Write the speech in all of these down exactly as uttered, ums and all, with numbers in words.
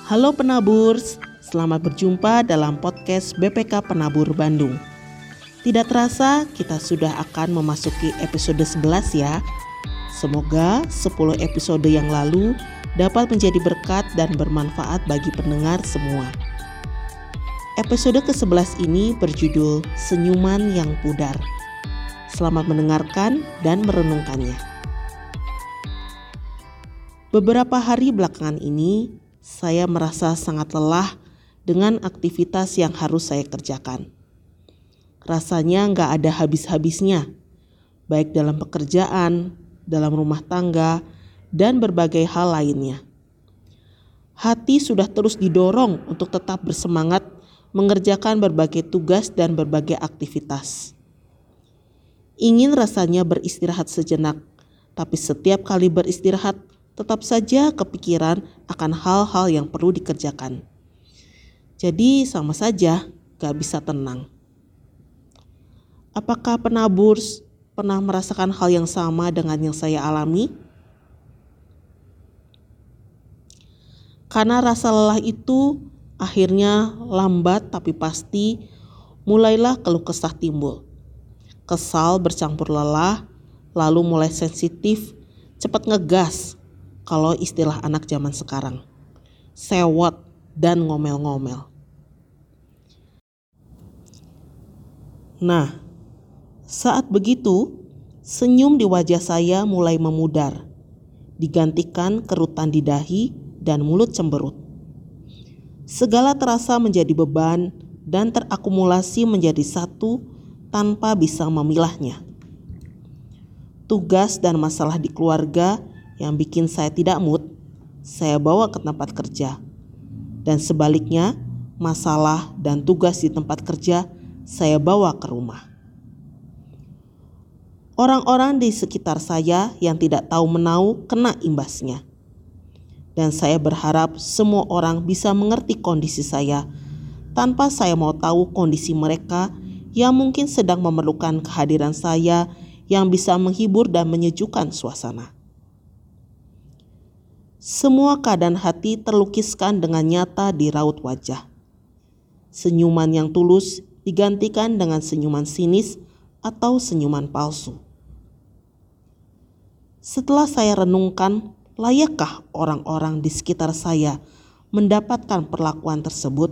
Halo penabur, selamat berjumpa dalam podcast B P K Penabur Bandung. Tidak terasa kita sudah akan memasuki episode sebelas ya. Semoga sepuluh episode yang lalu dapat menjadi berkat dan bermanfaat bagi pendengar semua. Episode kesebelas ini berjudul Senyuman yang Pudar. Selamat mendengarkan dan merenungkannya. Beberapa hari belakangan ini, saya merasa sangat lelah dengan aktivitas yang harus saya kerjakan. Rasanya gak ada habis-habisnya, baik dalam pekerjaan, dalam rumah tangga, dan berbagai hal lainnya. Hati sudah terus didorong untuk tetap bersemangat mengerjakan berbagai tugas dan berbagai aktivitas. Ingin rasanya beristirahat sejenak, tapi setiap kali beristirahat, tetap saja kepikiran akan hal-hal yang perlu dikerjakan. Jadi sama saja gak bisa tenang. Apakah penabur pernah merasakan hal yang sama dengan yang saya alami? Karena rasa lelah itu akhirnya lambat tapi pasti mulailah keluh kesah timbul. Kesal bercampur lelah, lalu mulai sensitif, cepat ngegas. Kalau istilah anak zaman sekarang, sewot dan ngomel-ngomel. Nah, saat begitu, senyum di wajah saya mulai memudar, digantikan kerutan di dahi dan mulut cemberut. Segala terasa menjadi beban dan terakumulasi menjadi satu tanpa bisa memilahnya. Tugas dan masalah di keluarga yang bikin saya tidak mood, saya bawa ke tempat kerja. Dan sebaliknya, masalah dan tugas di tempat kerja saya bawa ke rumah. Orang-orang di sekitar saya yang tidak tahu menau kena imbasnya. Dan saya berharap semua orang bisa mengerti kondisi saya tanpa saya mau tahu kondisi mereka yang mungkin sedang memerlukan kehadiran saya yang bisa menghibur dan menyejukkan suasana. Semua keadaan hati terlukiskan dengan nyata di raut wajah. Senyuman yang tulus digantikan dengan senyuman sinis atau senyuman palsu. Setelah saya renungkan, layakkah orang-orang di sekitar saya mendapatkan perlakuan tersebut?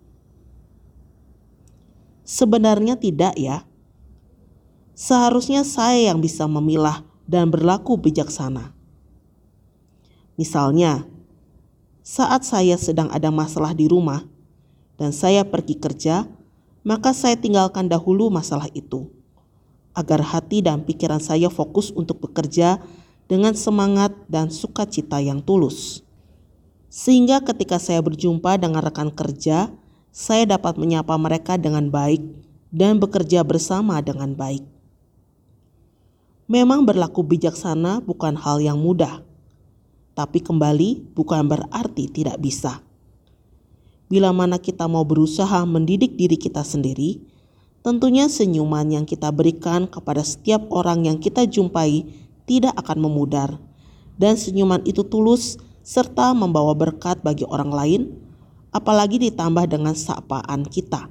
Sebenarnya tidak ya. Seharusnya saya yang bisa memilah dan berlaku bijaksana. Misalnya, saat saya sedang ada masalah di rumah dan saya pergi kerja, maka saya tinggalkan dahulu masalah itu, agar hati dan pikiran saya fokus untuk bekerja dengan semangat dan sukacita yang tulus. Sehingga ketika saya berjumpa dengan rekan kerja, saya dapat menyapa mereka dengan baik dan bekerja bersama dengan baik. Memang berlaku bijaksana bukan hal yang mudah. Tapi kembali bukan berarti tidak bisa. Bila mana kita mau berusaha mendidik diri kita sendiri, tentunya senyuman yang kita berikan kepada setiap orang yang kita jumpai tidak akan memudar. Dan senyuman itu tulus serta membawa berkat bagi orang lain, apalagi ditambah dengan sapaan kita.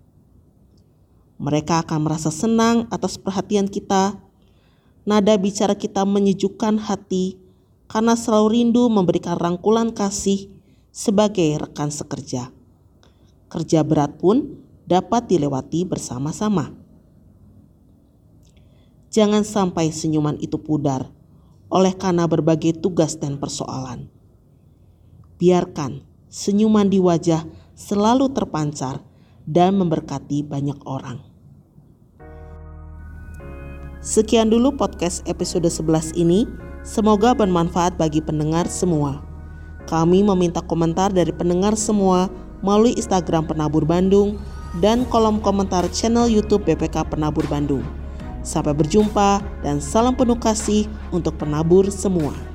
Mereka akan merasa senang atas perhatian kita. Nada bicara kita menyejukkan hati, karena selalu rindu memberikan rangkulan kasih sebagai rekan sekerja. Kerja berat pun dapat dilewati bersama-sama. Jangan sampai senyuman itu pudar oleh karena berbagai tugas dan persoalan. Biarkan senyuman di wajah selalu terpancar dan memberkati banyak orang. Sekian dulu podcast episode sebelas ini. Semoga bermanfaat bagi pendengar semua. Kami meminta komentar dari pendengar semua melalui Instagram Penabur Bandung dan kolom komentar channel YouTube B P K Penabur Bandung. Sampai berjumpa dan salam penuh kasih untuk penabur semua.